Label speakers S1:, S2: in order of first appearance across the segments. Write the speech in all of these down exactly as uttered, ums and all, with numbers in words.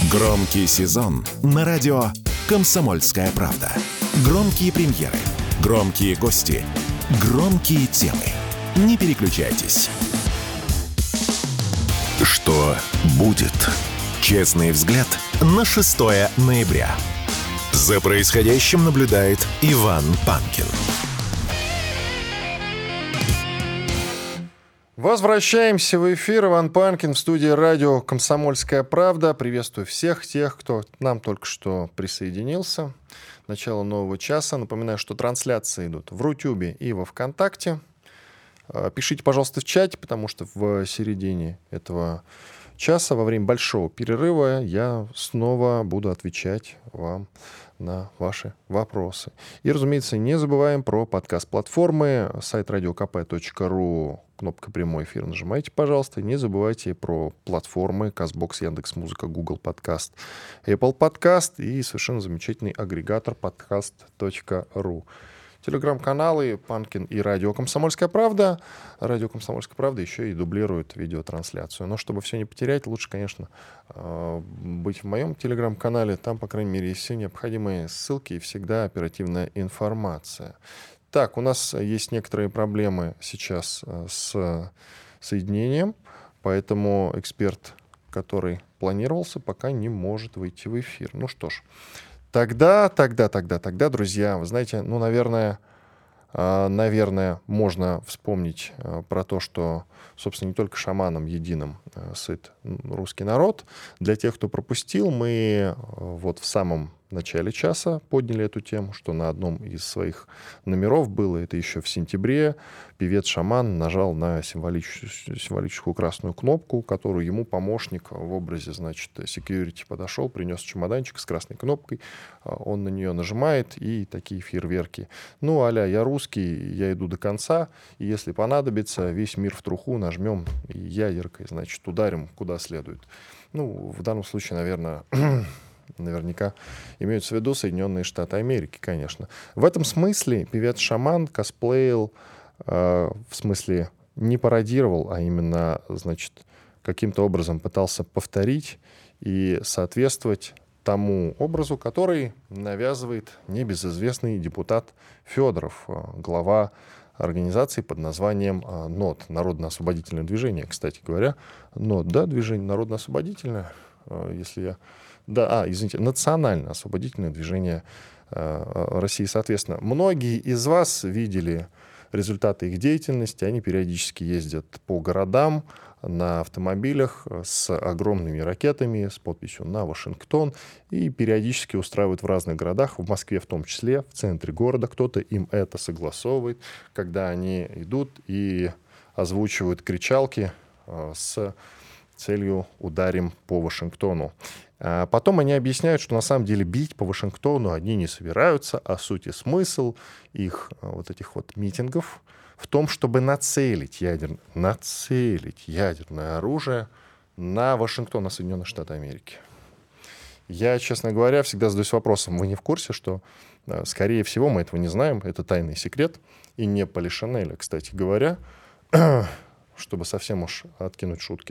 S1: Громкий сезон на радио «Комсомольская правда». Громкие премьеры, громкие гости, громкие темы. Не переключайтесь. Что будет? Честный взгляд на шестое ноября. За происходящим наблюдает Иван Панкин.
S2: Возвращаемся в эфир. Иван Панкин в студии радио «Комсомольская правда». Приветствую всех тех, кто к нам только что присоединился. Начало нового часа. Напоминаю, что трансляции идут в Рутюбе и во Вконтакте. Пишите, пожалуйста, в чате, потому что в середине этого часа, во время большого перерыва, я снова буду отвечать вам на ваши вопросы. И, разумеется, не забываем про подкаст-платформы. Сайт радио ка пэ точка ру, кнопка «Прямой эфир» нажимайте, пожалуйста. Не забывайте про платформы Castbox, Яндекс.Музыка, Google Подкаст, Apple Подкаст и совершенно замечательный агрегатор подкаст точка ру. Телеграм-каналы Панкин и радио «Комсомольская правда». Радио «Комсомольская правда» еще и дублирует видеотрансляцию. Но чтобы все не потерять, лучше, конечно, быть в моем телеграм-канале. Там, по крайней мере, есть все необходимые ссылки и всегда оперативная информация. Так, у нас есть некоторые проблемы сейчас с соединением, поэтому эксперт, который планировался, пока не может выйти в эфир. Ну что ж. Тогда, тогда, тогда, тогда, друзья, вы знаете, ну, наверное, э, наверное, можно вспомнить э, про то, что, собственно, не только шаманом единым э, сыт русский народ. Для тех, кто пропустил, мы э, вот в самом начале часа подняли эту тему, что на одном из своих номеров было, это еще в сентябре, певец-шаман нажал на символическую, символическую красную кнопку, которую ему помощник в образе, значит, security подошел, принес чемоданчик с красной кнопкой, он на нее нажимает, и такие фейерверки. Ну, а-ля, я русский, я иду до конца, и если понадобится, весь мир в труху нажмем и ядеркой, значит, ударим куда следует. Ну, в данном случае, наверное... Наверняка имеются в виду Соединенные Штаты Америки, конечно. В этом смысле певец-шаман косплеил, э, в смысле не пародировал, а именно, значит, каким-то образом пытался повторить и соответствовать тому образу, который навязывает небезызвестный депутат Федоров, э, глава организации под названием э, НОД, Народно-освободительное движение, кстати говоря. НОД, да, движение народно-освободительное, э, если я... Да, а, извините, национально-освободительное движение э, России, соответственно. Многие из вас видели результаты их деятельности. Они периодически ездят по городам на автомобилях с огромными ракетами, с подписью «На Вашингтон», и периодически устраивают в разных городах, в Москве в том числе, в центре города. Кто-то им это согласовывает, когда они идут и озвучивают кричалки э, с целью «Ударим по Вашингтону». А потом они объясняют, что на самом деле бить по Вашингтону они не собираются, а суть и смысл их вот этих вот митингов в том, чтобы нацелить, ядер... нацелить ядерное оружие на Вашингтон, на Соединенные Штаты Америки. Я, честно говоря, всегда задаюсь вопросом, вы не в курсе, что, скорее всего, мы этого не знаем, это тайный секрет, и не Полишинеля, кстати говоря, чтобы совсем уж откинуть шутки,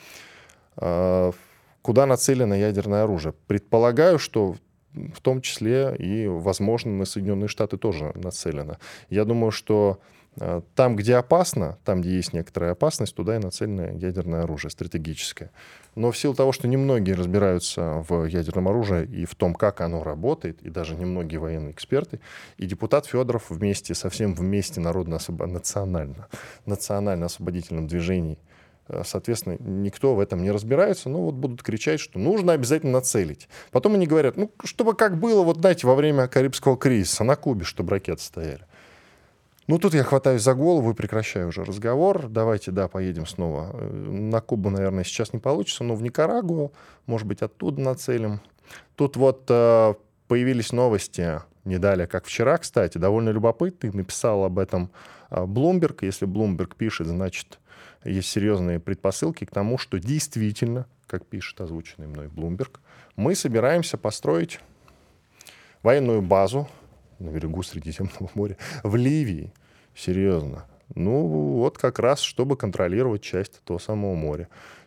S2: да, куда нацелено ядерное оружие. Предполагаю, что в том числе и, возможно, на Соединенные Штаты тоже нацелено. Я думаю, что там, где опасно, там, где есть некоторая опасность, туда и нацелено ядерное оружие стратегическое. Но в силу того, что немногие разбираются в ядерном оружии и в том, как оно работает, и даже немногие военные эксперты, и депутат Федоров вместе, совсем вместе народно-национально, национально-освободительном движении, соответственно, никто в этом не разбирается, но вот будут кричать, что нужно обязательно нацелить. Потом они говорят, ну, чтобы как было, вот знаете, во время Карибского кризиса на Кубе, чтобы ракеты стояли. Ну, тут я хватаюсь за голову и прекращаю уже разговор. Давайте, да, поедем снова. На Кубу, наверное, сейчас не получится, но в Никарагуа, может быть, оттуда нацелим. Тут вот э, появились новости, не далее, как вчера, кстати, довольно любопытные. Написал об этом Bloomberg. Если Bloomberg пишет, значит, есть серьезные предпосылки к тому, что действительно, как пишет озвученный мной Bloomberg, мы собираемся построить военную базу на берегу Средиземного моря в Ливии. Серьезно. Ну, вот как раз, чтобы контролировать часть того самого моря.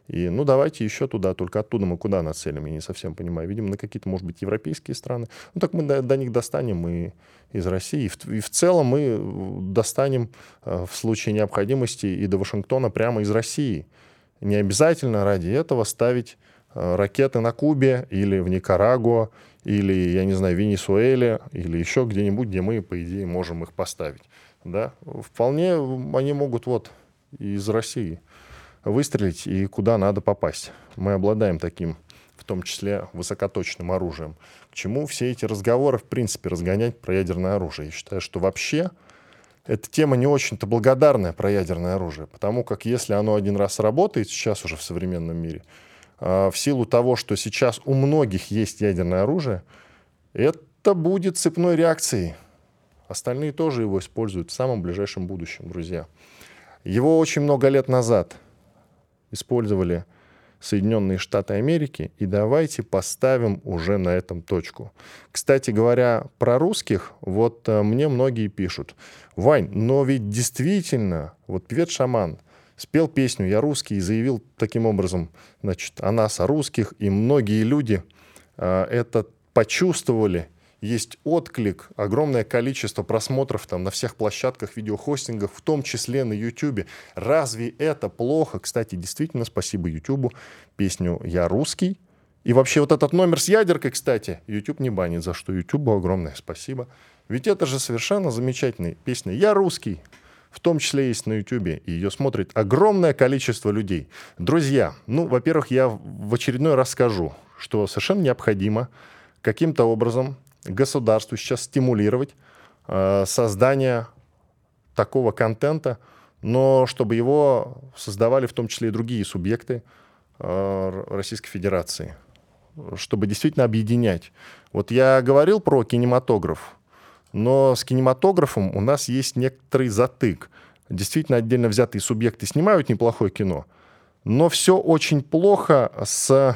S2: И, ну, давайте еще туда, только оттуда мы куда нацелим, я не совсем понимаю. Видимо, на какие-то, может быть, европейские страны. Ну, так мы до, до них достанем и из России. И в, и в целом мы достанем э, в случае необходимости и до Вашингтона прямо из России. Не обязательно ради этого ставить э, ракеты на Кубе или в Никарагуа, или, я не знаю, в Венесуэле, или еще где-нибудь, где мы, по идее, можем их поставить. Да? Вполне они могут вот из России выстрелить и куда надо попасть. Мы обладаем таким, в том числе, высокоточным оружием. К чему все эти разговоры, в принципе, разгонять про ядерное оружие? Я считаю, что вообще эта тема не очень-то благодарная про ядерное оружие, потому как если оно один раз работает, сейчас уже в современном мире, в силу того, что сейчас у многих есть ядерное оружие, это будет цепной реакцией. Остальные тоже его используют в самом ближайшем будущем, друзья. Его очень много лет назад использовали Соединенные Штаты Америки, и давайте поставим уже на этом точку. Кстати говоря, про русских, вот э, мне многие пишут: Вань, но ведь действительно, вот певец Шаман спел песню «Я русский» и заявил таким образом, значит, о нас, о русских, и многие люди э, это почувствовали. Есть отклик, огромное количество просмотров там на всех площадках видеохостингов, в том числе на Ютубе. Разве это плохо? Кстати, действительно, спасибо Ютубу. Песню «Я русский». И вообще вот этот номер с ядеркой, кстати, Ютуб не банит, за что Ютубу огромное спасибо. Ведь это же совершенно замечательная песня «Я русский». В том числе есть на Ютубе, и ее смотрит огромное количество людей. Друзья, ну, во-первых, я в очередной раз скажу, что совершенно необходимо каким-то образом государству сейчас стимулировать э, создание такого контента, но чтобы его создавали в том числе и другие субъекты э, Российской Федерации, чтобы действительно объединять. Вот я говорил про кинематограф, но с кинематографом у нас есть некоторый затык. Действительно, отдельно взятые субъекты снимают неплохое кино, но все очень плохо с,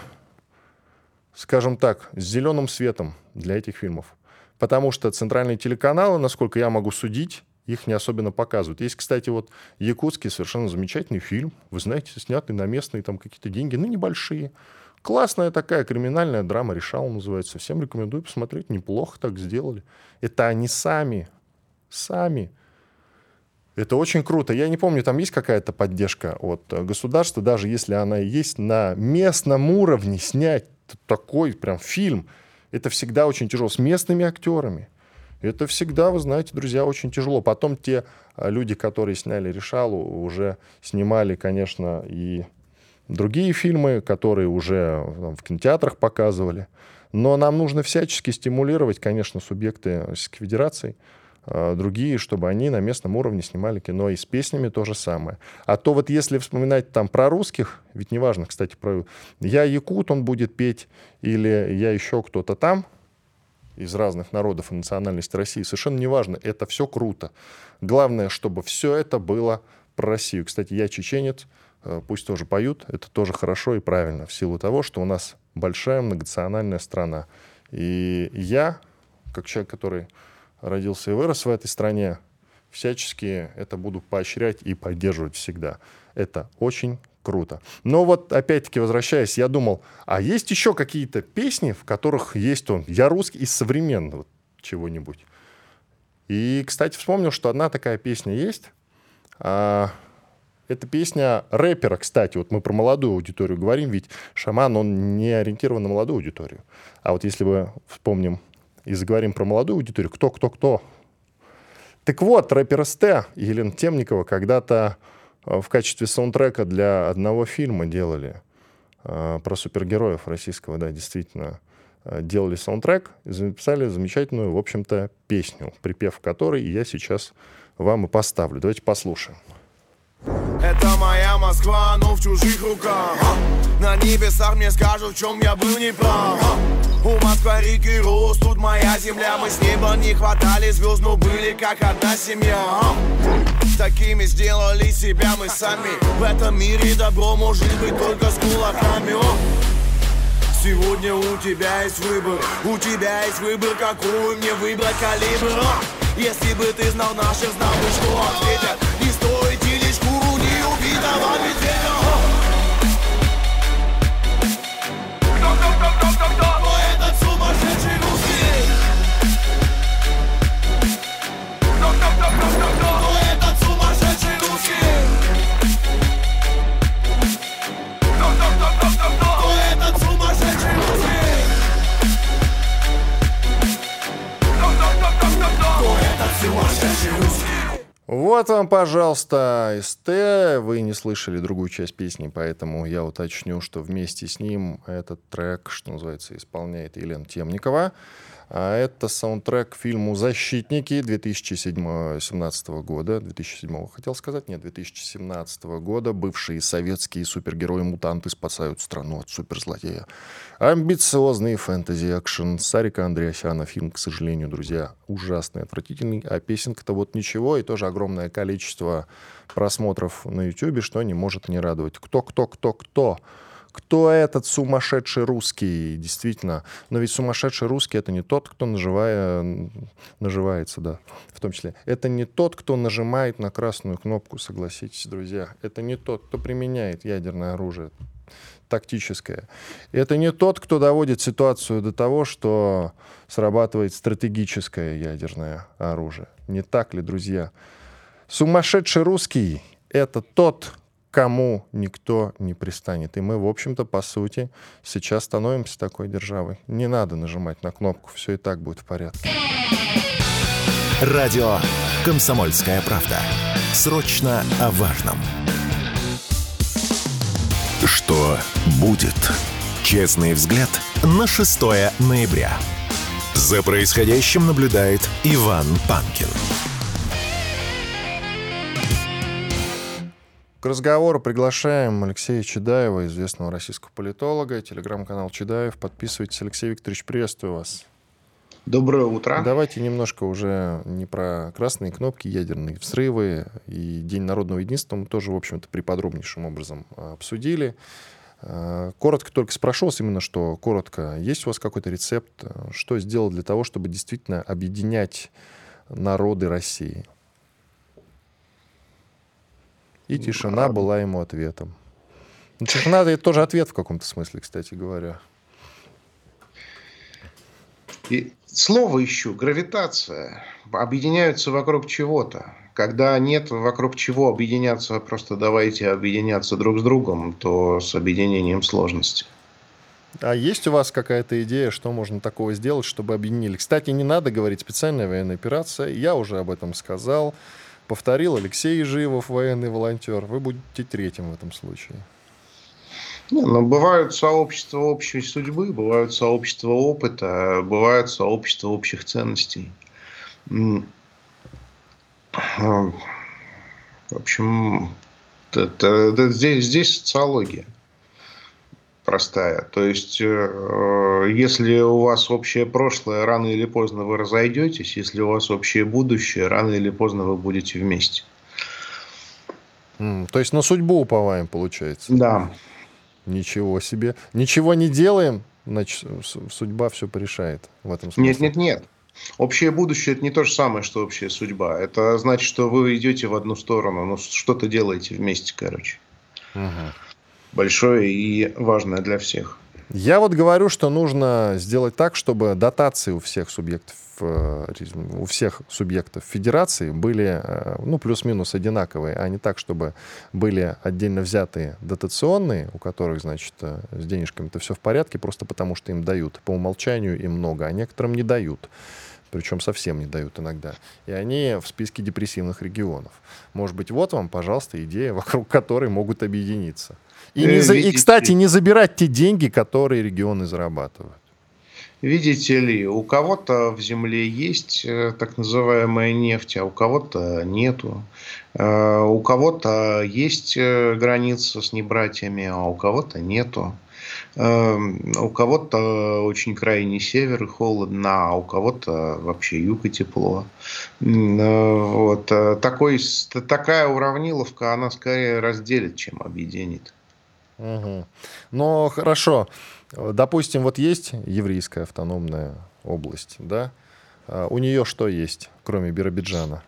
S2: скажем так, с зеленым светом для этих фильмов. Потому что центральные телеканалы, насколько я могу судить, их не особенно показывают. Есть, кстати, вот якутский совершенно замечательный фильм, вы знаете, снятый на местные там какие-то деньги, ну, небольшие. Классная такая криминальная драма, «Решала» называется. Всем рекомендую посмотреть, неплохо так сделали. Это они сами, сами. Это очень круто. Я не помню, там есть какая-то поддержка от государства, даже если она и есть, на местном уровне снять такой прям фильм. Это всегда очень тяжело. С местными актерами. Это всегда, вы знаете, друзья, очень тяжело. Потом те люди, которые сняли «Решалу», уже снимали, конечно, и другие фильмы, которые уже там, в кинотеатрах показывали. Но нам нужно всячески стимулировать, конечно, субъекты Российской Федерации, другие, чтобы они на местном уровне снимали кино. И с песнями то же самое. А то вот если вспоминать там про русских, ведь неважно, кстати, про «Я якут», он будет петь, или «Я еще кто-то там», из разных народов и национальностей России, совершенно неважно. Это все круто. Главное, чтобы все это было про Россию. Кстати, «Я чеченец», пусть тоже поют, это тоже хорошо и правильно, в силу того, что у нас большая многонациональная страна. И я, как человек, который родился и вырос в этой стране, всячески это буду поощрять и поддерживать всегда. Это очень круто. Но вот, опять-таки, возвращаясь, я думал, а есть еще какие-то песни, в которых есть он, «Я русский» из современного чего-нибудь. И, кстати, вспомнил, что одна такая песня есть. А, это песня рэпера, кстати. Вот мы про молодую аудиторию говорим, ведь «Шаман», он не ориентирован на молодую аудиторию. А вот если мы вспомним и заговорим про молодую аудиторию, кто-кто-кто. Так вот, рэпер эс тэ и Елена Темникова когда-то в качестве саундтрека для одного фильма делали э, про супергероев российского, да, действительно, э, делали саундтрек и записали замечательную, в общем-то, песню, припев которой я сейчас вам и поставлю. Давайте послушаем.
S3: Это моя Москва, но в чужих руках. На небесах мне скажут, в чем я был неправ. У Москвы реки рос, тут моя земля. Мы с неба не хватали звезд, но были как одна семья. Такими сделали себя мы сами. В этом мире добро может быть только с кулаками. Сегодня у тебя есть выбор. У тебя есть выбор, какую мне выбрать калибр. Если бы ты знал наших, знал бы, что ответят. Не стоит делить шкуру неубитого медведя.
S2: Вот вам, пожалуйста, СТ. Вы не слышали другую часть песни, поэтому я уточню, что вместе с ним этот трек, что называется, исполняет Елена Темникова. А это саундтрек к фильму «Защитники» две тысячи семнадцатого года. две тысячи седьмого хотел сказать? Нет, две тысячи семнадцатого года. Бывшие советские супергерои-мутанты спасают страну от суперзлодея. Амбициозный фэнтези-экшен Сарика Андреасяна. Фильм, к сожалению, друзья, ужасный, отвратительный. А песенка-то вот ничего. И тоже огромное количество просмотров на Ютьюбе, что не может не радовать. Кто, кто, кто, кто? Кто этот сумасшедший русский? Действительно. Но ведь сумасшедший русский — это не тот, кто наживая... наживается, да, в том числе. Это не тот, кто нажимает на красную кнопку, согласитесь, друзья. Это не тот, кто применяет ядерное оружие тактическое. Это не тот, кто доводит ситуацию до того, что срабатывает стратегическое ядерное оружие. Не так ли, друзья? Сумасшедший русский — это тот, кому никто не пристанет. И мы, в общем-то, по сути, сейчас становимся такой державой. Не надо нажимать на кнопку, все и так будет в порядке.
S1: Радио «Комсомольская правда». Срочно о важном. Что будет? Честный взгляд на шестое ноября. За происходящим наблюдает Иван Панкин.
S2: К разговору приглашаем Алексея Чедаева, известного российского политолога, телеграм-канал Чедаев. Подписывайтесь. Алексей Викторович, приветствую вас.
S4: Доброе утро.
S2: Давайте немножко уже не про красные кнопки, ядерные взрывы и День народного единства. Мы тоже, в общем-то, приподробнейшим образом обсудили. Коротко только спрошу вас именно, что коротко. Есть у вас какой-то рецепт, что сделал для того, чтобы действительно объединять народы России? И тишина была ему ответом. Ну, тишина — это тоже ответ в каком-то смысле, кстати говоря.
S4: И слово ищу. Гравитация. Объединяются вокруг чего-то. Когда нет вокруг чего объединяться, просто давайте объединяться друг с другом, то с объединением сложности.
S2: А есть у вас какая-то идея, что можно такого сделать, чтобы объединили? Кстати, не надо говорить «специальная военная операция». Я уже об этом сказал. Повторил Алексей Живов, военный волонтер. Вы будете третьим в этом случае.
S4: Не, ну, бывают сообщества общей судьбы, бывают сообщества опыта, бывают сообщества общих ценностей. В общем, это, это, здесь, здесь социология простая. То есть, если у вас общее прошлое, рано или поздно вы разойдетесь. Если у вас общее будущее, рано или поздно вы будете вместе.
S2: Mm, то есть на судьбу уповаем, получается?
S4: Да.
S2: Ничего себе. Ничего не делаем, значит, судьба все порешает в этом смысле?
S4: Нет, нет, нет. Общее будущее — это не то же самое, что общая судьба. Это значит, что вы идете в одну сторону, но что-то делаете вместе, короче.
S2: Угу.
S4: Большое и важное для всех.
S2: Я вот говорю, что нужно сделать так, чтобы дотации у всех субъектов, у всех субъектов федерации были, ну, плюс-минус одинаковые, а не так, чтобы были отдельно взятые дотационные, у которых, значит, с денежками-то все в порядке, просто потому что им дают. По умолчанию им много, а некоторым не дают. Причем совсем не дают иногда. И они в списке депрессивных регионов. Может быть, вот вам, пожалуйста, идея, вокруг которой могут объединиться. И, не за... и, кстати, не забирать те деньги, которые регионы зарабатывают.
S4: Видите ли, у кого-то в земле есть так называемая нефть, а у кого-то нету. У кого-то есть граница с небратьями, а у кого-то нету. У кого-то очень крайний север и холодно, а у кого-то вообще юг и тепло. Вот. Такой, такая уравниловка, она скорее разделит, чем объединит.
S2: Угу. Ну, хорошо. Допустим, вот есть еврейская автономная область, да? У нее что есть, кроме Биробиджана?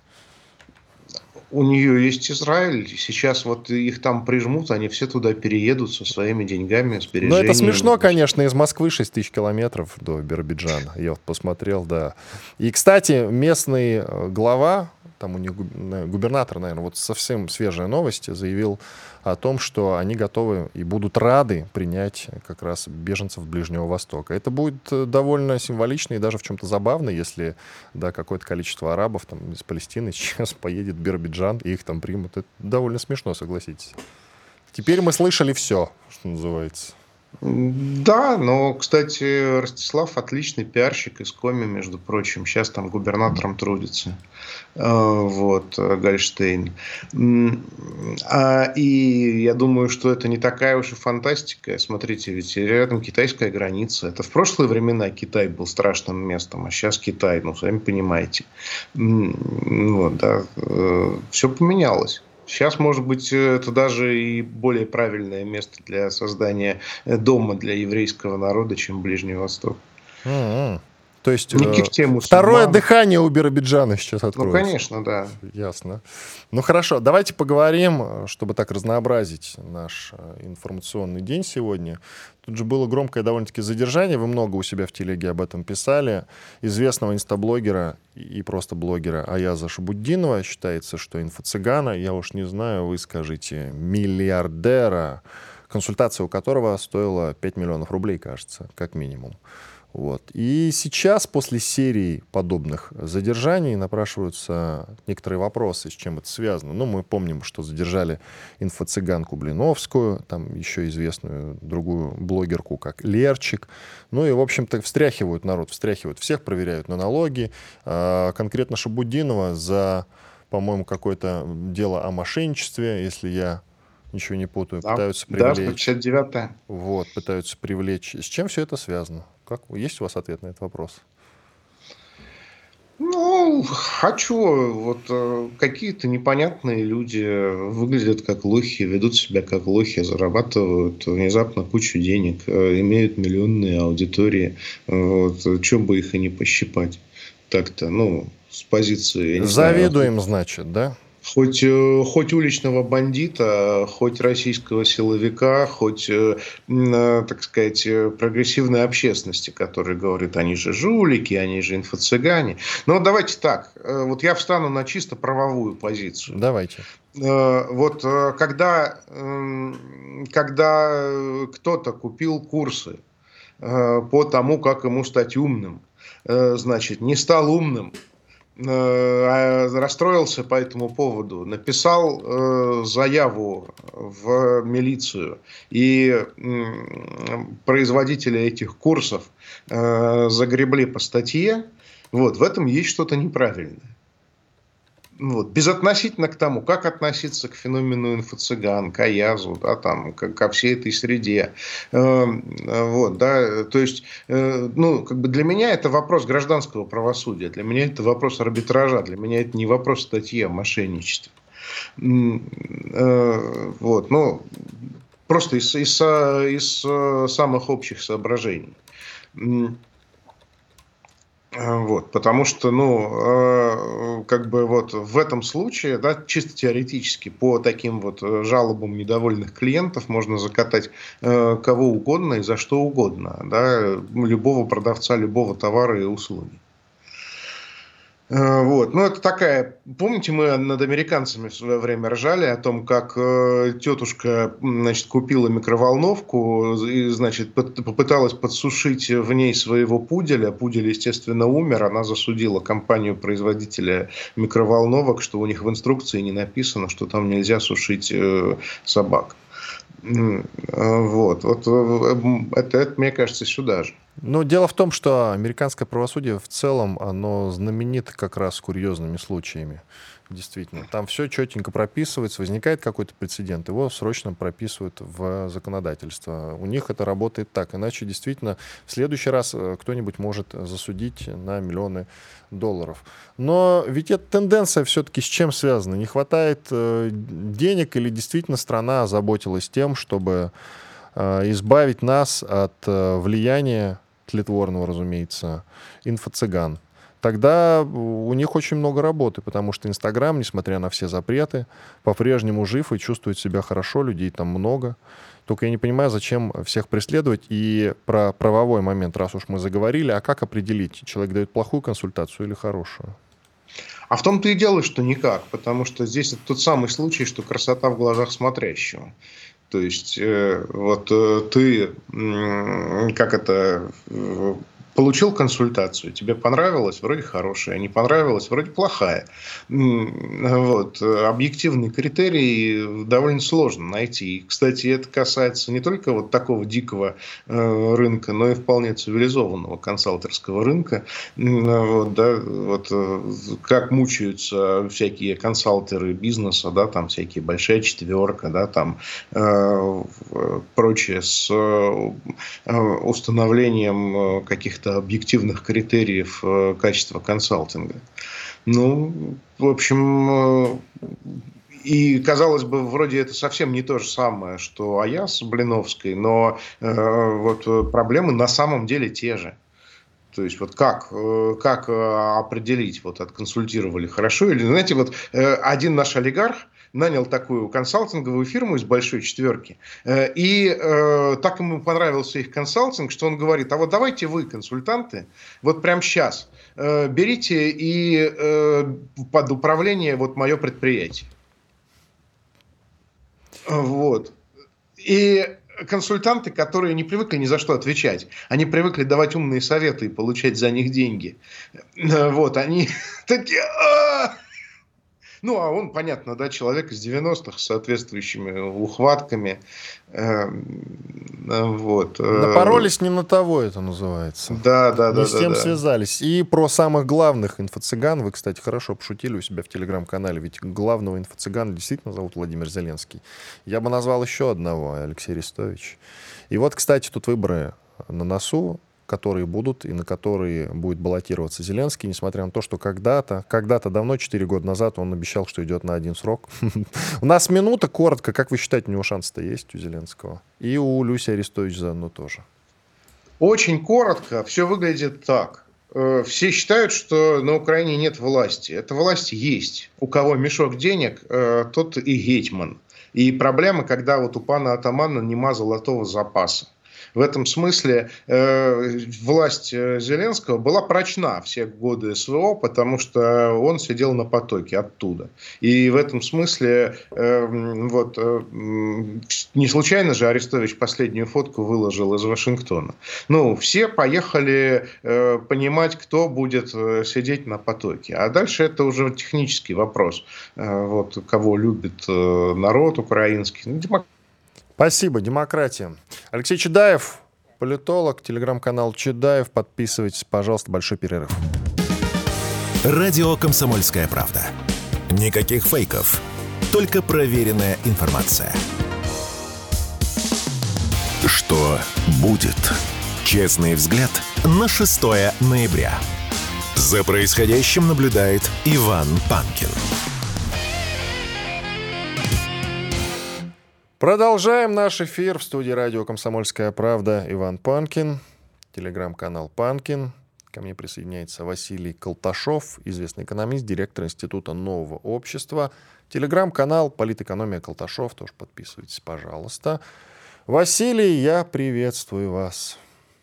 S4: У нее есть Израиль. Сейчас вот их там прижмут, они все туда переедут со своими деньгами, сбережениями.
S2: Ну, это смешно, конечно. Из Москвы шесть тысяч километров до Биробиджана. Я вот посмотрел, да. И, кстати, местный глава там у них губернатор, наверное, вот совсем свежая новость, заявил о том, что они готовы и будут рады принять как раз беженцев Ближнего Востока. Это будет довольно символично и даже в чем-то забавно, если, да, какое-то количество арабов там, из Палестины сейчас поедет в Биробиджан и их там примут. Это довольно смешно, согласитесь. Теперь мы слышали все, что называется.
S4: Да, но, кстати, Ростислав отличный пиарщик из Коми, между прочим. Сейчас там губернатором трудится. Вот, Гольштейн. И я думаю, что это не такая уж и фантастика. Смотрите, ведь рядом китайская граница. Это в прошлые времена Китай был страшным местом, а сейчас Китай, ну, сами понимаете. Вот, да, все поменялось. Сейчас, может быть, это даже и более правильное место для создания дома для еврейского народа, чем Ближний Восток.
S2: Mm-hmm. То есть
S4: э,
S2: второе дыхание у Биробиджана сейчас откроется.
S4: Ну, конечно, да.
S2: Ясно. Ну, хорошо. Давайте поговорим, чтобы так разнообразить наш информационный день сегодня. Тут же было громкое довольно-таки задержание. Вы много у себя в телеге об этом писали. Известного инстаблогера и просто блогера Аяза Шабуддинова. Считается, что инфо-цыгана, я уж не знаю, вы скажите, миллиардера, консультация у которого стоила пять миллионов рублей, кажется, как минимум. Вот. И сейчас, после серии подобных задержаний, напрашиваются некоторые вопросы, с чем это связано. Ну, мы помним, что задержали инфо-цыганку Блиновскую, там еще известную другую блогерку, как Лерчик. Ну и, в общем-то, встряхивают народ, встряхивают всех, проверяют на налоги. А конкретно Шабуддинова за, по-моему, какое-то дело о мошенничестве, если я ничего не путаю,
S4: да,
S2: пытаются привлечь.
S4: Да, пятьдесят девятая.
S2: Вот, пытаются привлечь. С чем все это связано? Как, есть у вас ответ на этот вопрос?
S4: Ну, хочу. Вот э, какие-то непонятные люди выглядят как лохи, ведут себя как лохи, зарабатывают внезапно кучу денег, э, имеют миллионные аудитории. Вот, чем бы их и не пощипать. Так-то, ну, с позиции...
S2: Завидуем, знаю, значит, да?
S4: Хоть, хоть уличного бандита, хоть российского силовика, хоть, так сказать, прогрессивной общественности, которая говорит, они же жулики, они же инфо-цыгане. Но давайте так, вот я встану на чисто правовую позицию.
S2: Давайте.
S4: Вот когда, когда кто-то купил курсы по тому, как ему стать умным, значит, не стал умным, расстроился по этому поводу, написал э, заяву в милицию, и э, производители этих курсов э, загребли по статье, вот, в этом есть что-то неправильное. Вот, безотносительно к тому, как относиться к феномену инфо-цыган, к Аязу, да, там, ко, ко всей этой среде. Э, вот, да, то есть, э, ну, как бы для меня это вопрос гражданского правосудия, для меня это вопрос арбитража, для меня это не вопрос статьи о мошенничестве. Э, вот, ну, просто из, из, из самых общих соображений. Вот, потому что, ну, э, как бы вот в этом случае, да, чисто теоретически, по таким вот жалобам недовольных клиентов можно закатать э, кого угодно и за что угодно, да, любого продавца, любого товара и услуги. Вот. Ну, это такая... Помните, мы над американцами в свое время ржали о том, как э, тетушка, значит, купила микроволновку и, значит, под, попыталась подсушить в ней своего пуделя. Пудель, естественно, умер. Она засудила компанию-производителя микроволновок, что у них в инструкции не написано, что там нельзя сушить э, собак. Вот, вот это, это, мне кажется, сюда же.
S2: Но дело в том, что американское правосудие в целом, оно знаменито как раз курьезными случаями. Действительно, там все четенько прописывается, возникает какой-то прецедент, его срочно прописывают в законодательство. У них это работает так, иначе действительно в следующий раз кто-нибудь может засудить на миллионы долларов. Но ведь эта тенденция все-таки с чем связана? Не хватает денег или действительно страна озаботилась тем, чтобы избавить нас от влияния тлетворного, разумеется, инфо-цыган? Тогда у них очень много работы, потому что Инстаграм, несмотря на все запреты, по-прежнему жив и чувствует себя хорошо, людей там много. Только я не понимаю, зачем всех преследовать. И про правовой момент, раз уж мы заговорили, а как определить, человек дает плохую консультацию или хорошую?
S4: А в том-то и дело, что никак, потому что здесь это тот самый случай, что красота в глазах смотрящего. То есть, э, вот э, ты, э, как это, э, получил консультацию, тебе понравилось, вроде хорошая, не понравилось, вроде плохая. Вот. Объективный критерий довольно сложно найти. И, кстати, это касается не только вот такого дикого э, рынка, но и вполне цивилизованного консалтерского рынка. Вот, да, вот, как мучаются всякие консалтеры бизнеса, да, там всякие большая четверка, да, там э, прочее с э, установлением каких-то объективных критериев качества консалтинга. Ну, в общем, и, казалось бы, вроде это совсем не то же самое, что АЯС Блиновской, но э, вот проблемы на самом деле те же. То есть, вот как, как определить, вот отконсультировали хорошо или, знаете, вот один наш олигарх нанял такую консалтинговую фирму из большой четверки, и э, так ему понравился их консалтинг, что он говорит, а вот давайте вы, консультанты, вот прямо сейчас э, берите и э, под управление вот мое предприятие. Вот. И консультанты, которые не привыкли ни за что отвечать, они привыкли давать умные советы и получать за них деньги. Вот, они такие... Ну, а он, понятно, да, человек из девяностых с соответствующими ухватками. Вот.
S2: Напоролись не на того, это называется.
S4: Да, да, да.
S2: Не с тем
S4: да,
S2: связались. И про самых главных инфо-цыган вы, кстати, хорошо пошутили у себя в телеграм-канале, ведь главного инфо-цыгана действительно зовут Владимир Зеленский. Я бы назвал еще одного, Алексей Арестович. И вот, кстати, тут выборы на носу, которые будут и на которые будет баллотироваться Зеленский, несмотря на то, что когда-то, когда-то давно, четыре года назад, он обещал, что идет на один срок. У нас минута, коротко. Как вы считаете, у него шанс-то есть у Зеленского? И у Люси Арестович заодно тоже.
S4: Очень коротко. Все выглядит так. Все считают, что на Украине нет власти. Эта власть есть. У кого мешок денег, тот и гетьман. И проблема, когда вот у пана атамана нема золотого запаса. В этом смысле э, власть Зеленского была прочна все годы СВО, потому что он сидел на потоке оттуда. И в этом смысле э, вот, э, не случайно же Арестович последнюю фотку выложил из Вашингтона. Ну, все поехали э, понимать, кто будет сидеть на потоке. А дальше это уже технический вопрос. Э, вот, кого любит э, народ украинский. Ну, демократия.
S2: Спасибо. Демократия. Алексей Чедаев, политолог, телеграм-канал Чедаев. Подписывайтесь, пожалуйста. Большой перерыв.
S1: Радио «Комсомольская правда». Никаких фейков, только проверенная информация. Что будет? Честный взгляд на шестое ноября. За происходящим наблюдает Иван Панкин.
S2: Продолжаем наш эфир. В студии радио «Комсомольская правда» Иван Панкин, телеграм-канал Панкин. Ко мне присоединяется Василий Колташов, известный экономист, директор Института нового общества. Телеграм-канал «Политэкономия Колташов». Тоже подписывайтесь, пожалуйста. Василий, я приветствую вас.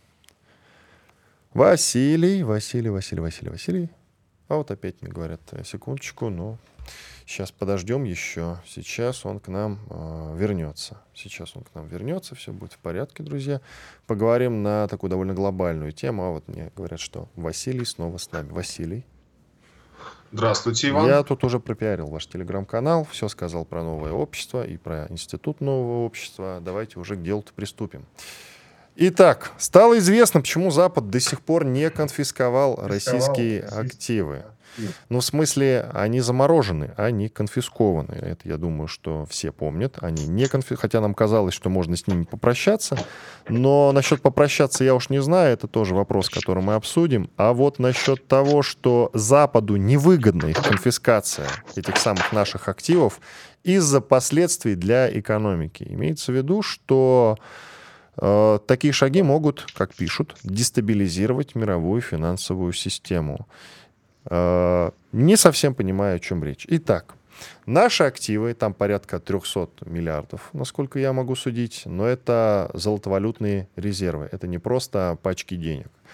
S2: Василий, Василий, Василий, Василий, Василий. А вот опять мне говорят, секундочку, ну... Сейчас подождем еще. Сейчас он к нам э, вернется. Сейчас он к нам вернется. Все будет в порядке, друзья. Поговорим на такую довольно глобальную тему. А вот мне говорят, что Василий снова с нами. Василий.
S5: Здравствуйте, Иван.
S2: Я тут уже пропиарил ваш телеграм-канал. Все сказал про новое общество и про институт нового общества. Давайте уже к делу-то приступим. Итак, стало известно, почему Запад до сих пор не конфисковал, конфисковал российские активы. Ну, в смысле, они заморожены, а не конфискованы. Это, я думаю, что все помнят. Они не конфи... Хотя нам казалось, что можно с ними попрощаться. Но насчет попрощаться я уж не знаю. Это тоже вопрос, который мы обсудим. А вот насчет того, что Западу невыгодна их конфискация этих самых наших активов из-за последствий для экономики. Имеется в виду, что э, такие шаги могут, как пишут, дестабилизировать мировую финансовую систему. Не совсем понимаю, о чем речь. Итак, наши активы, там порядка триста миллиардов, насколько я могу судить, но это золотовалютные резервы, это не просто пачки денег.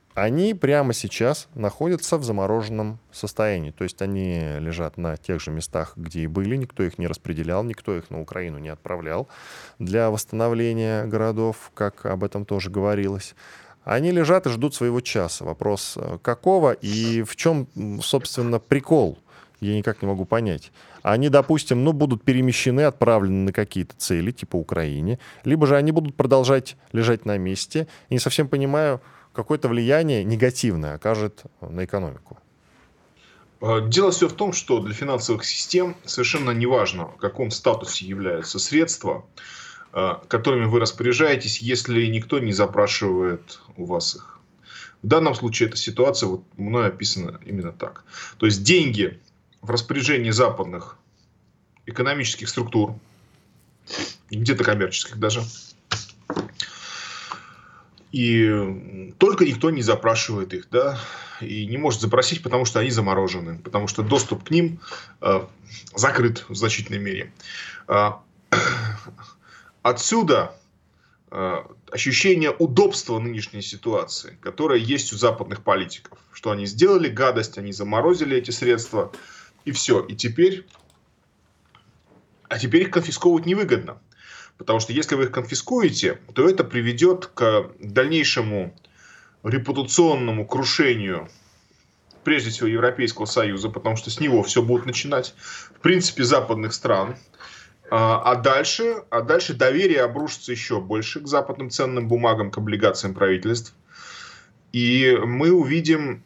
S2: они прямо сейчас находятся в замороженном состоянии. То есть они лежат на тех же местах, где и были, никто их не распределял, никто их на Украину не отправлял для восстановления городов, как об этом тоже говорилось. Они лежат и ждут своего часа. Вопрос, какого и в чем, собственно, прикол, я никак не могу понять. Они, допустим, ну, будут перемещены, отправлены на какие-то цели, типа Украине, либо же они будут продолжать лежать на месте. И не совсем понимаю, какое-то влияние негативное окажет на экономику.
S5: Дело все в том, что для финансовых систем совершенно неважно, в каком статусе являются средства, которыми вы распоряжаетесь, если никто не запрашивает у вас их. В данном случае эта ситуация вот мной описана именно так. То есть деньги в распоряжении западных экономических структур, где-то коммерческих даже, и только никто не запрашивает их, да, и не может запросить, потому что они заморожены, потому что доступ к ним э, закрыт в значительной мере. Э, отсюда э, ощущение удобства нынешней ситуации, которая есть у западных политиков, что они сделали гадость, они заморозили эти средства, и все. И теперь, а теперь их конфисковывать невыгодно. Потому что если вы их конфискуете, то это приведет к дальнейшему репутационному крушению, прежде всего, Европейского Союза, потому что с него все будут начинать, в принципе, западных стран. А дальше, а дальше доверие обрушится еще больше к западным ценным бумагам, к облигациям правительств. И мы увидим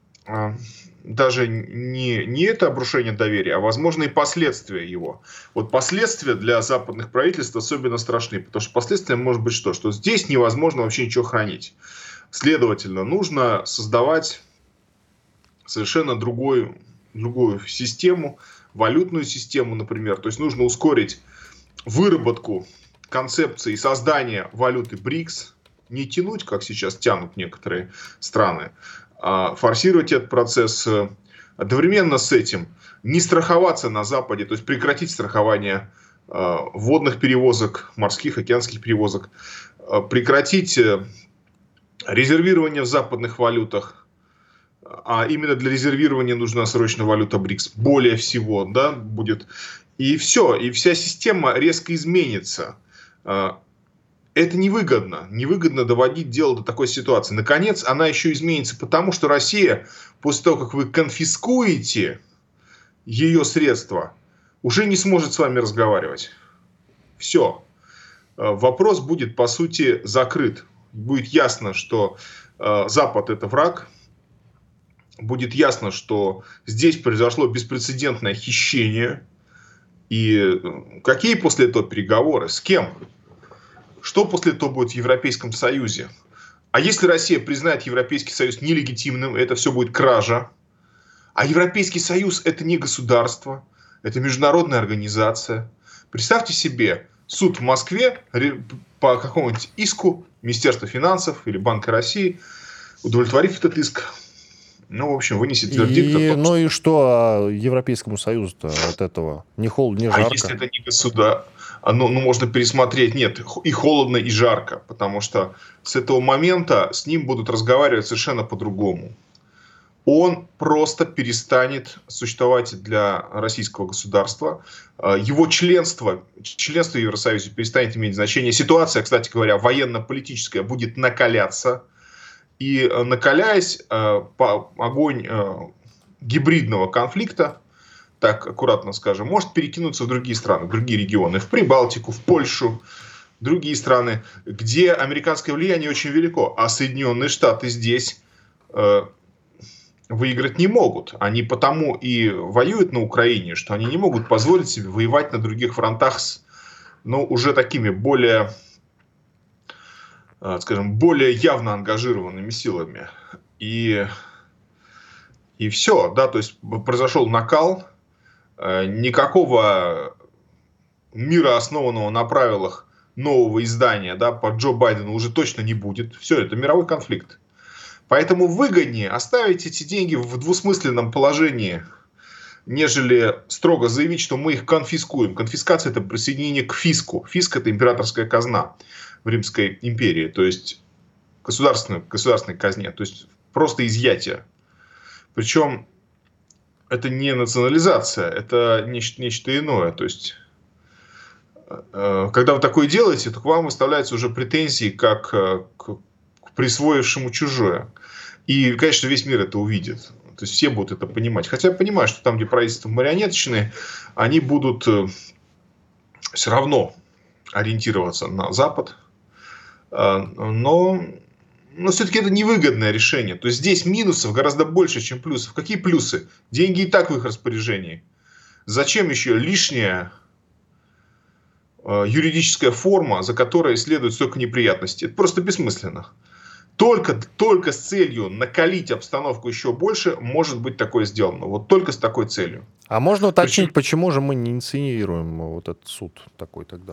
S5: даже не, не это обрушение доверия, а возможные последствия его. Вот последствия для западных правительств особенно страшны, потому что последствия может быть что? Что здесь невозможно вообще ничего хранить. Следовательно, нужно создавать совершенно другую, другую систему, валютную систему, например. То есть нужно ускорить выработку концепции создания валюты БРИКС, не тянуть, как сейчас тянут некоторые страны, форсировать этот процесс, одновременно с этим не страховаться на Западе, то есть прекратить страхование э, водных перевозок, морских, океанских перевозок, э, прекратить э, резервирование в западных валютах, а именно для резервирования нужна срочно валюта БРИКС, более всего, да, будет, и все, и вся система резко изменится. Э, Это невыгодно. Невыгодно доводить дело до такой ситуации. Наконец, она еще изменится, потому что Россия, после того, как вы конфискуете ее средства, уже не сможет с вами разговаривать. Все. Вопрос будет, по сути, закрыт. Будет ясно, что Запад – это враг. Будет ясно, что здесь произошло беспрецедентное хищение. И какие после этого переговоры? С кем? Что после этого будет в Европейском Союзе? А если Россия признает Европейский Союз нелегитимным, это все будет кража. А Европейский Союз – это не государство, это международная организация. Представьте себе, суд в Москве по какому-нибудь иску Министерства финансов или Банка России, удовлетворив этот иск, ну, в общем, вынесет вердикт.
S2: И,
S5: том,
S2: ну
S5: что...
S2: и что Европейскому Союзу-то от этого? Ни холодно, ни жарко.
S5: А если это не государство? Ну, ну, можно пересмотреть. Нет, и холодно, и жарко. Потому что с этого момента с ним будут разговаривать совершенно по-другому. Он просто перестанет существовать для российского государства. Его членство, членство в Евросоюзе перестанет иметь значение. Ситуация, кстати говоря, военно-политическая будет накаляться. И накаляясь, огонь гибридного конфликта, так аккуратно скажем, может перекинуться в другие страны, в другие регионы, в Прибалтику, в Польшу, другие страны, где американское влияние очень велико, а Соединенные Штаты здесь э, выиграть не могут. Они потому и воюют на Украине, что они не могут позволить себе воевать на других фронтах с, ну, уже такими более, э, скажем, более явно ангажированными силами. И, и все, да, то есть произошел накал. Никакого мира, основанного на правилах нового издания, да, по Джо Байдену уже точно не будет. Все, это мировой конфликт. Поэтому выгоднее оставить эти деньги в двусмысленном положении, нежели строго заявить, что мы их конфискуем. Конфискация – это присоединение к фиску. Фиск – это императорская казна в Римской империи. То есть государственной, государственной казне. То есть просто изъятие. Причем это не национализация, это нечто, нечто иное. То есть когда вы такое делаете, то к вам выставляются уже претензии как к, к присвоившему чужое. И, конечно, весь мир это увидит. То есть все будут это понимать. Хотя я понимаю, что там, где правительство марионеточные, они будут все равно ориентироваться на Запад. Но, но все-таки это невыгодное решение. То есть здесь минусов гораздо больше, чем плюсов. Какие плюсы? Деньги и так в их распоряжении. Зачем еще лишняя юридическая форма, за которой следует столько неприятностей? Это просто бессмысленно. Только, только с целью накалить обстановку еще больше может быть такое сделано. Вот только с такой целью.
S2: А можно уточнить, Причем... почему же мы не инициируем вот этот суд такой тогда?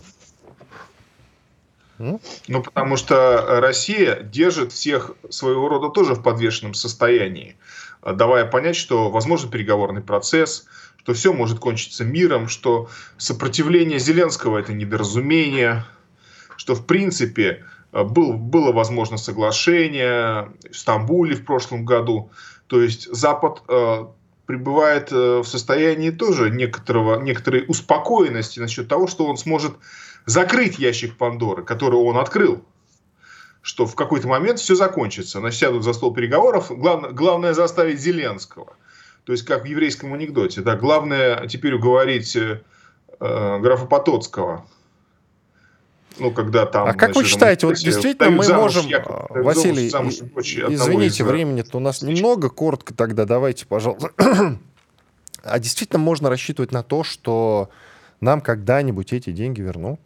S5: Ну, потому что Россия держит всех своего рода тоже в подвешенном состоянии, давая понять, что возможен переговорный процесс, что все может кончиться миром, что сопротивление Зеленского – это недоразумение, что в принципе был, было возможно соглашение в Стамбуле в прошлом году. То есть Запад э, пребывает э, в состоянии тоже некоторого, некоторой успокоенности насчет того, что он сможет закрыть ящик Пандоры, который он открыл. Что в какой-то момент все закончится. Значит, сядут за стол переговоров. Главное, главное заставить Зеленского. То есть, как в еврейском анекдоте. Да, главное теперь уговорить э, графа Потоцкого. Ну, когда там,
S2: а как
S5: значит,
S2: вы считаете, вот действительно мы можем...
S5: Яков,
S2: Василий,
S5: замуж, дочь,
S2: извините, из... времени-то у нас немного. Коротко тогда давайте, пожалуйста. А действительно можно рассчитывать на то, что нам когда-нибудь эти деньги вернут?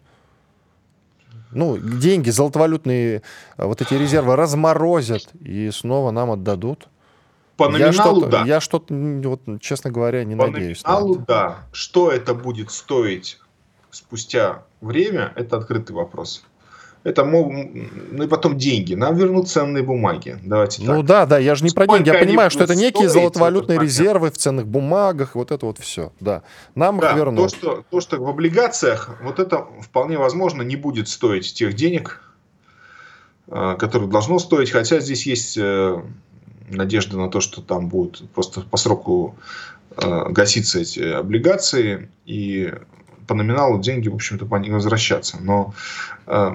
S2: Ну, деньги, золотовалютные вот эти резервы разморозят и снова нам отдадут?
S5: По номиналу,
S2: я
S5: да.
S2: Я что-то, вот, честно говоря, не
S5: По
S2: надеюсь.
S5: По номиналу, на да. Что это будет стоить спустя время, это открытый вопрос. Это, ну и потом деньги. Нам вернут ценные бумаги. Давайте
S2: ну
S5: так.
S2: да, да, я же не
S5: Сколько
S2: про деньги. Я понимаю, что это некие
S5: стоить,
S2: золотовалютные
S5: это
S2: резервы в ценных бумагах, вот это вот все. Да, нам
S5: да,
S2: их вернут.
S5: То что, то, что в облигациях, вот это вполне возможно не будет стоить тех денег, которые должно стоить. Хотя здесь есть надежда на то, что там будут просто по сроку гаситься эти облигации, и по номиналу деньги, в общем-то, по ним возвращаться. Но э,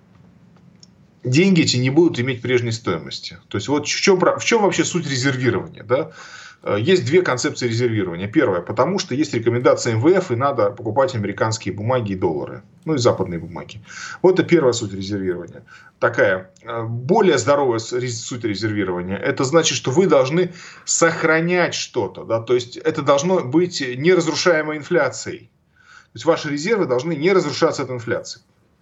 S5: деньги эти не будут иметь прежней стоимости. То есть, вот в чем, в чем вообще суть резервирования? Да? Есть две концепции резервирования. Первая, потому что есть рекомендация эм вэ эф, и надо покупать американские бумаги и доллары. Ну и западные бумаги. Вот это первая суть резервирования. Такая более здоровая суть резервирования. Это значит, что вы должны сохранять что-то. Да? То есть, это должно быть неразрушаемой инфляцией. То есть ваши резервы должны не разрушаться от инфляции.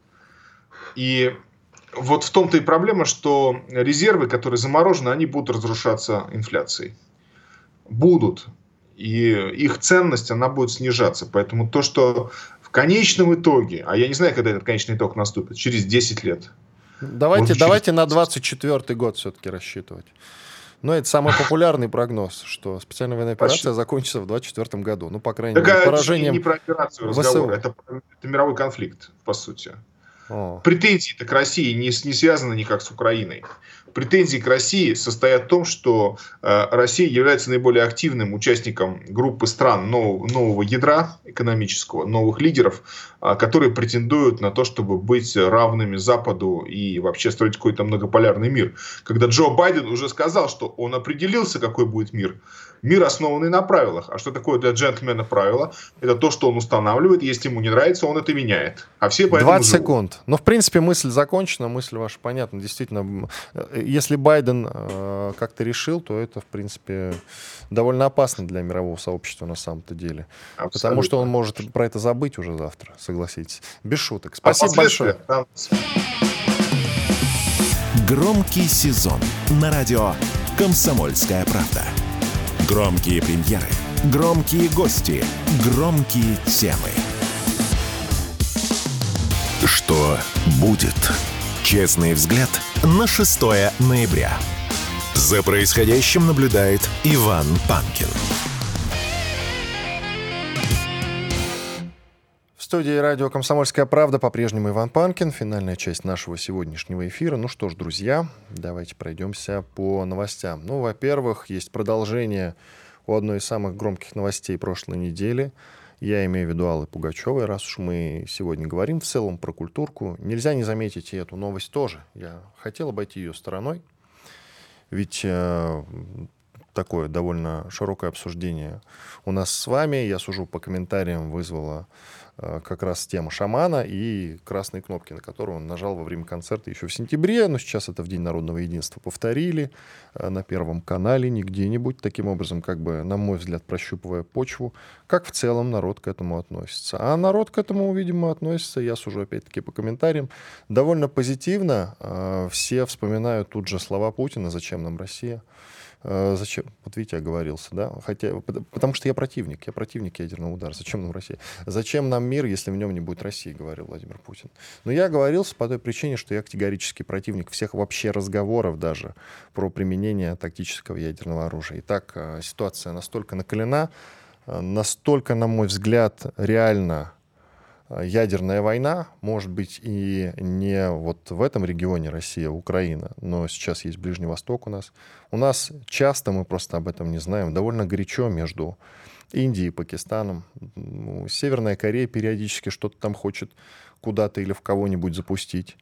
S5: И вот в том-то и проблема, что резервы, которые заморожены, они будут разрушаться инфляцией. Будут. И их ценность, она будет снижаться. Поэтому то, что в конечном итоге, а я не знаю, когда этот конечный итог наступит, через десять лет.
S2: Давайте, давайте на двадцать четвёртый год все-таки рассчитывать. Но это самый популярный прогноз, что специальная военная операция Почти. закончится в двадцать четвёртом году. Ну, по крайней мере, поражением
S5: не про операцию разговор, это, это мировой конфликт, по сути. О. Претензии-то к России не, не связаны никак с Украиной. Претензии к России состоят в том, что э, Россия является наиболее активным участником группы стран нового, нового ядра экономического, новых лидеров, э, которые претендуют на то, чтобы быть равными Западу и вообще строить какой-то многополярный мир. Когда Джо Байден уже сказал, что он определился, какой будет мир. Мир, основанный на правилах. А что такое для джентльмена правило? Это то, что он устанавливает. Если ему не нравится, он это меняет. А все поэтому
S2: двадцать
S5: живут.
S2: секунд. Ну, в принципе, мысль закончена, мысль ваша понятна. Действительно, если Байден э, как-то решил, то это, в принципе, довольно опасно для мирового сообщества на самом-то деле. Абсолютно. Потому что он может про это забыть уже завтра, согласитесь. Без шуток. Спасибо а большое. Там...
S1: Громкий сезон на радио «Комсомольская правда». Громкие премьеры, громкие гости, громкие темы. Что будет? Честный взгляд на шестое ноября. За происходящим наблюдает Иван Панкин.
S2: В студии радио «Комсомольская правда» по-прежнему Иван Панкин. Финальная часть нашего сегодняшнего эфира. Ну что ж, друзья, давайте пройдемся по новостям. Ну, во-первых, есть продолжение у одной из самых громких новостей прошлой недели. Я имею в виду Аллы Пугачевой. Раз уж мы сегодня говорим в целом про культурку, нельзя не заметить и эту новость тоже. Я хотел обойти ее стороной. Ведь э, такое довольно широкое обсуждение у нас с вами. Я сужу по комментариям, вызвала э, как раз тема шамана и красные кнопки, на которые он нажал во время концерта еще в сентябре. Но сейчас это в День народного единства повторили э, на Первом канале, не где-нибудь. Таким образом, как бы, на мой взгляд, прощупывая почву, как в целом народ к этому относится. А народ к этому, видимо, относится, я сужу опять-таки по комментариям, довольно позитивно. Э, все вспоминают тут же слова Путина: «Зачем нам Россия?» Зачем? Вот видите, оговорился, да? Хотя, потому что я противник. Я противник ядерного удара. Зачем нам Россия? Зачем нам мир, если в нем не будет России, говорил Владимир Путин. Но я оговорился по той причине, что я категорически противник всех вообще разговоров даже про применение тактического ядерного оружия. Итак, ситуация настолько накалена, настолько, на мой взгляд, реально ядерная война, может быть, и не вот в этом регионе Россия, Украина, но сейчас есть Ближний Восток у нас. У нас часто, мы просто об этом не знаем, довольно горячо между Индией и Пакистаном. Северная Корея периодически что-то там хочет куда-то или в кого-нибудь запустить.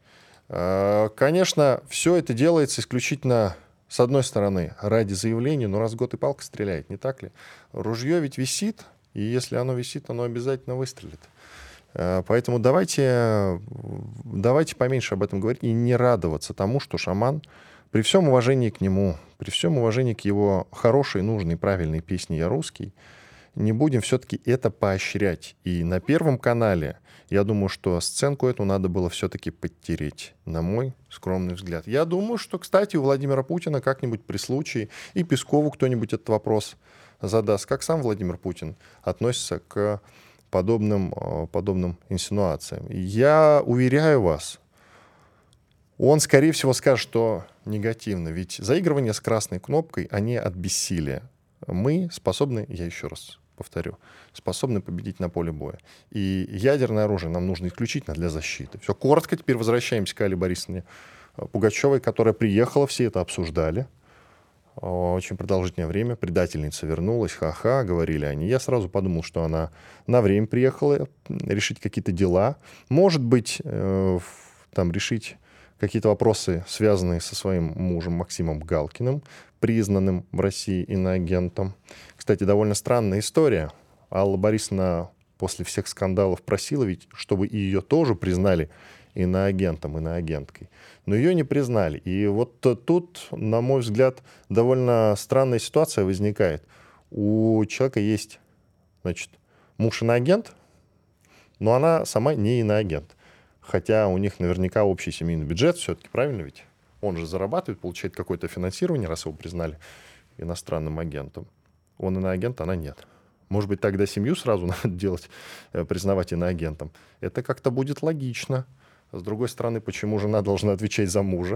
S2: Конечно, все это делается исключительно, с одной стороны, ради заявления, но раз в год и палка стреляет, не так ли? Ружье ведь висит, и если оно висит, оно обязательно выстрелит. Поэтому давайте, давайте поменьше об этом говорить и не радоваться тому, что шаман, при всем уважении к нему, при всем уважении к его хорошей, нужной, правильной песне «Я русский», не будем все-таки это поощрять. И на Первом канале, я думаю, что сценку эту надо было все-таки подтереть, на мой скромный взгляд. Я думаю, что, кстати, у Владимира Путина как-нибудь при случае, и Пескову кто-нибудь этот вопрос задаст, как сам Владимир Путин относится к подобным, подобным инсинуациям. Я уверяю вас, он, скорее всего, скажет, что негативно. Ведь заигрывание с красной кнопкой, они от бессилия. Мы способны, я еще раз повторю, способны победить на поле боя. И ядерное оружие нам нужно исключительно для защиты. Все, коротко теперь возвращаемся к Алле Борисовне Пугачевой, которая приехала, все это обсуждали. Очень продолжительное время. Предательница вернулась, ха-ха, говорили они. Я сразу подумал, что она на время приехала решить какие-то дела. Может быть, э, там решить какие-то вопросы, связанные со своим мужем Максимом Галкиным, признанным в России иноагентом. Кстати, довольно странная история. Алла Борисовна после всех скандалов просила ведь, чтобы и ее тоже признали иноагентом, иноагенткой. Но ее не признали. И вот тут, на мой взгляд, довольно странная ситуация возникает. У человека есть, значит, муж иноагент, но она сама не иноагент. Хотя у них наверняка общий семейный бюджет все-таки, правильно ведь? Он же зарабатывает, получает какое-то финансирование, раз его признали иностранным агентом. Он иноагент, она нет. Может быть, тогда семью сразу надо делать, признавать иноагентом. Это как-то будет логично. С другой стороны, почему жена должна отвечать за мужа?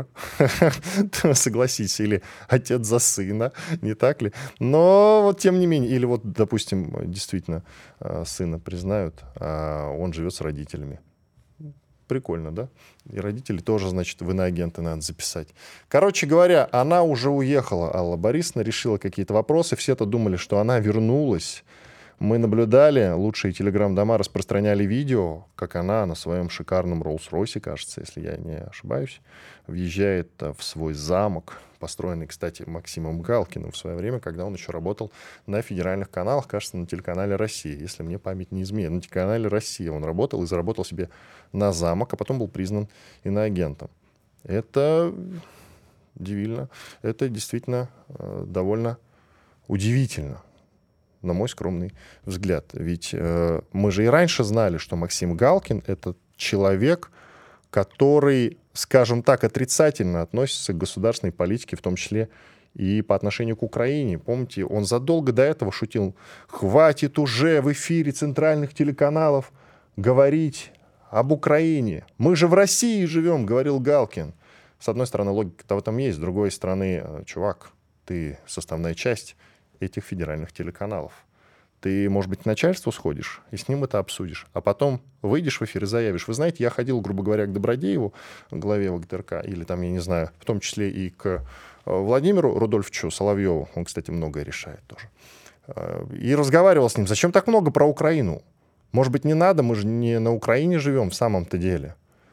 S2: Согласитесь, или отец за сына, не так ли? Но вот тем не менее, или вот, допустим, действительно сына признают, а он живет с родителями. Прикольно, да? И родители тоже, значит, в иноагенты надо записать. Короче говоря, она уже уехала, Алла Борисовна, решила какие-то вопросы. Все-то думали, что она вернулась. Мы наблюдали, лучшие телеграм-дома распространяли видео, как она на своем шикарном Роллс-Ройсе, кажется, если я не ошибаюсь, въезжает в свой замок, построенный, кстати, Максимом Галкиным в свое время, когда он еще работал на федеральных каналах, кажется, на телеканале «Россия», если мне память не изменяет. На телеканале «Россия» он работал и заработал себе на замок, а потом был признан иноагентом. Это удивительно. Это действительно э, довольно удивительно, на мой скромный взгляд. Ведь э, мы же и раньше знали, что Максим Галкин — это человек, который, скажем так, отрицательно относится к государственной политике, в том числе и по отношению к Украине. Помните, он задолго до этого шутил: «Хватит уже в эфире центральных телеканалов говорить об Украине. Мы же в России живем», — говорил Галкин. С одной стороны, логика-то в этом есть. С другой стороны, чувак, ты составная часть этих федеральных телеканалов. Ты, может быть, к начальству сходишь и с ним это обсудишь, а потом выйдешь в эфир и заявишь. Вы знаете, я ходил, грубо говоря, к Добродееву, главе ВГТРК, или там, я не знаю, в том числе и к Владимиру Рудольфовичу Соловьеву, он, кстати, многое решает тоже, и разговаривал с ним. Зачем так много про Украину? Может быть, не надо, мы же не на Украине живем в самом-то деле.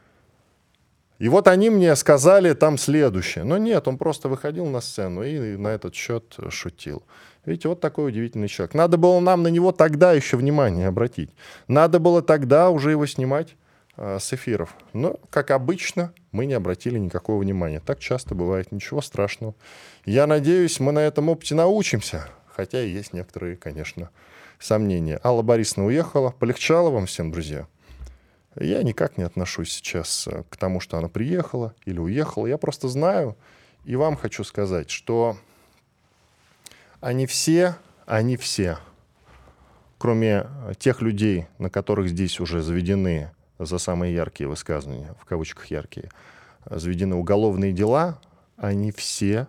S2: И вот они мне сказали там следующее. Но нет, он просто выходил на сцену и на этот счет шутил. Видите, вот такой удивительный человек. Надо было нам на него тогда еще внимание обратить. Надо было тогда уже его снимать э, с эфиров. Но, как обычно, мы не обратили никакого внимания. Так часто бывает, ничего страшного. Я надеюсь, мы на этом опыте научимся. Хотя и есть некоторые, конечно, сомнения. Алла Борисовна уехала. Полегчало вам всем, друзья? Я никак не отношусь сейчас к тому, что она приехала или уехала. Я просто знаю и вам хочу сказать, что они все, они все, кроме тех людей, на которых здесь уже заведены за самые яркие высказывания, в кавычках яркие, заведены уголовные дела, они все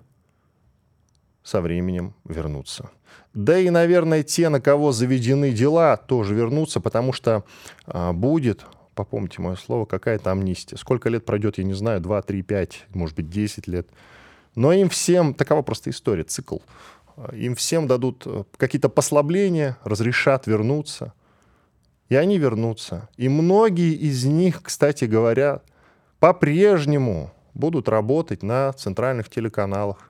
S2: со временем вернутся. Да и, наверное, те, на кого заведены дела, тоже вернутся, потому что а, будет, попомните мое слово, какая-то амнистия. Сколько лет пройдет, я не знаю, два, три, пять, может быть, десять лет. Но им всем, такова просто история, цикл. Им всем дадут какие-то послабления, разрешат вернуться. И они вернутся. И многие из них, кстати говоря, по-прежнему будут работать на центральных телеканалах.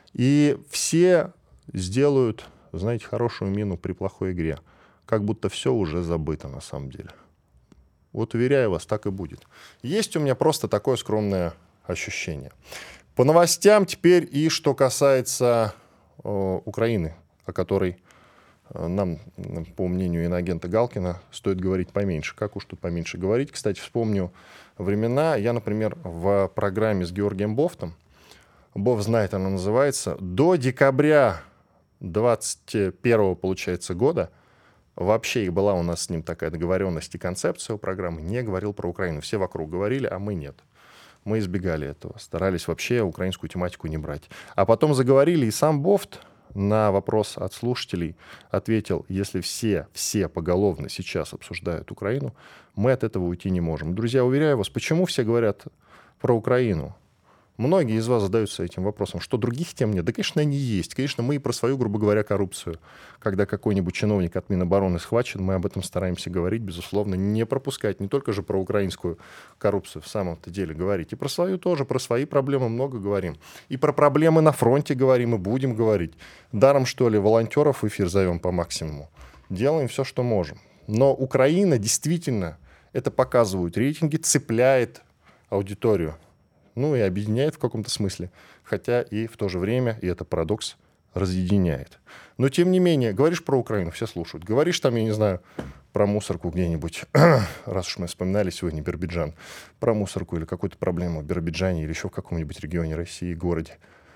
S2: И все сделают, знаете, хорошую мину при плохой игре. Как будто все уже забыто на самом деле. Вот уверяю вас, так и будет. Есть у меня просто такое скромное ощущение. По новостям теперь и что касается э, Украины, о которой э, нам, по мнению иноагента Галкина, стоит говорить поменьше. Как уж тут поменьше говорить? Кстати, вспомню времена. Я, например, в программе с Георгием Бофтом, Бов знает, она называется, до декабря двадцать первого, получается, года, вообще и была у нас с ним такая договоренность и концепция у программы, не говорил про Украину. Все вокруг говорили, а мы нет. Мы избегали этого, старались вообще украинскую тематику не брать. А потом заговорили, и сам Бофт на вопрос от слушателей ответил, если все, все поголовно сейчас обсуждают Украину, мы от этого уйти не можем. Друзья, уверяю вас, почему все говорят про Украину? Многие из вас задаются этим вопросом, что других тем нет. Да, конечно, они есть. Конечно, мы и про свою, грубо говоря, коррупцию. Когда какой-нибудь чиновник от Минобороны схвачен, мы об этом стараемся говорить, безусловно, не пропускать. Не только же про украинскую коррупцию в самом-то деле говорить. И про свою тоже, про свои проблемы много говорим. И про проблемы на фронте говорим, и будем говорить. Даром, что ли, волонтеров в эфир зовем по максимуму. Делаем все, что можем. Но Украина действительно, это показывают рейтинги, цепляет аудиторию. Ну и объединяет в каком-то смысле, хотя и в то же время, и это парадокс, разъединяет. Но тем не менее, говоришь про Украину, все слушают. Говоришь там, я не знаю, про мусорку где-нибудь, раз уж мы вспоминали сегодня Биробиджан, про мусорку или какую-то проблему в Биробиджане или еще в каком-нибудь регионе России, городе.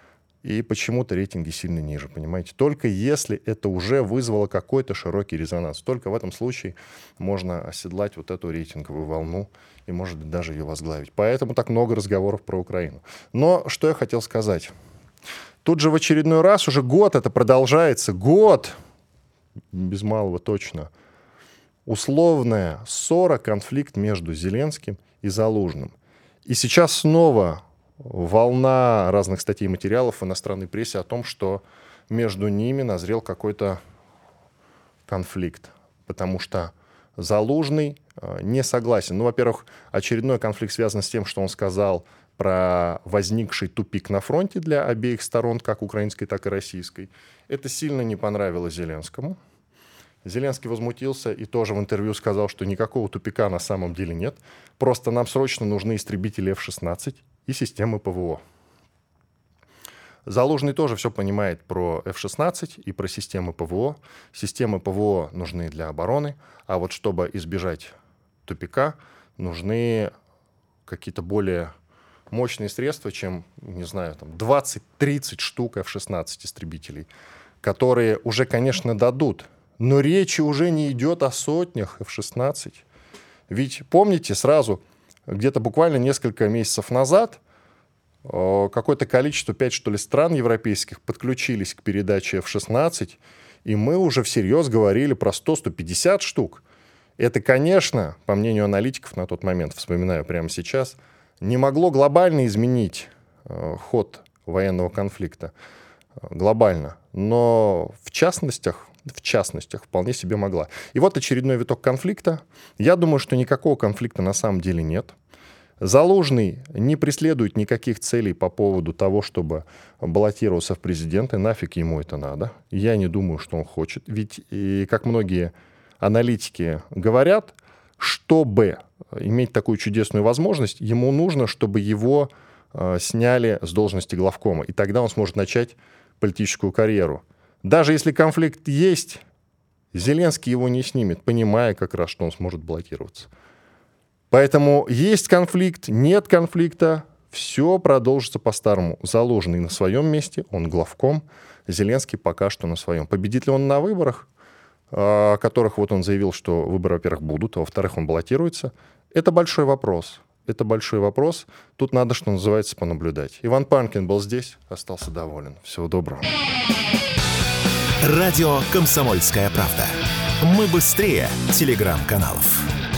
S2: И почему-то рейтинги сильно ниже, понимаете? Только если это уже вызвало какой-то широкий резонанс. Только в этом случае можно оседлать вот эту рейтинговую волну и, может быть, даже ее возглавить. Поэтому так много разговоров про Украину. Но что я хотел сказать? Тут же в очередной раз уже год это продолжается. Год, без малого точно, условная ссора, конфликт между Зеленским и Залужным. И сейчас снова волна разных статей и материалов в иностранной прессе о том, что между ними назрел какой-то конфликт, потому что Залужный не согласен. Ну, во-первых, очередной конфликт связан с тем, что он сказал про возникший тупик на фронте для обеих сторон, как украинской, так и российской. Это сильно не понравилось Зеленскому. Зеленский возмутился и тоже в интервью сказал, что никакого тупика на самом деле нет. Просто нам срочно нужны истребители эф шестнадцать и системы ПВО. Залужный тоже все понимает про эф шестнадцать и про системы ПВО. Системы ПВО нужны для обороны, а вот чтобы избежать тупика, нужны какие-то более мощные средства, чем, не знаю, там двадцать-тридцать штук эф шестнадцать истребителей, которые уже, конечно, дадут. Но речи уже не идет о сотнях эф шестнадцать. Ведь помните, сразу, где-то буквально несколько месяцев назад какое-то количество, пять что ли, стран европейских подключились к передаче эф шестнадцать, И мы уже всерьез говорили про сто - сто пятьдесят штук. Это, конечно, по мнению аналитиков на тот момент, вспоминаю прямо сейчас, не могло глобально изменить э, ход военного конфликта. Э, глобально. Но в частностях, в частностях вполне себе могла. И вот очередной виток конфликта. Я думаю, что никакого конфликта на самом деле нет. Залужный не преследует никаких целей по поводу того, чтобы баллотироваться в президенты. Нафиг ему это надо. Я не думаю, что он хочет. Ведь, и, как многие аналитики говорят, чтобы иметь такую чудесную возможность, ему нужно, чтобы его э, сняли с должности главкома. И тогда он сможет начать политическую карьеру. Даже если конфликт есть, Зеленский его не снимет, понимая как раз, что он сможет баллотироваться. Поэтому есть конфликт, нет конфликта, все продолжится по-старому. Залужный на своем месте, он главком, Зеленский пока что на своем. Победит ли он на выборах, о которых вот он заявил, что выборы, во-первых, будут, а во-вторых, он баллотируется, это большой вопрос. Это большой вопрос. Тут надо, что называется, понаблюдать. Иван Панкин был здесь, остался доволен. Всего доброго.
S1: Радио «Комсомольская правда». Мы быстрее телеграм-каналов.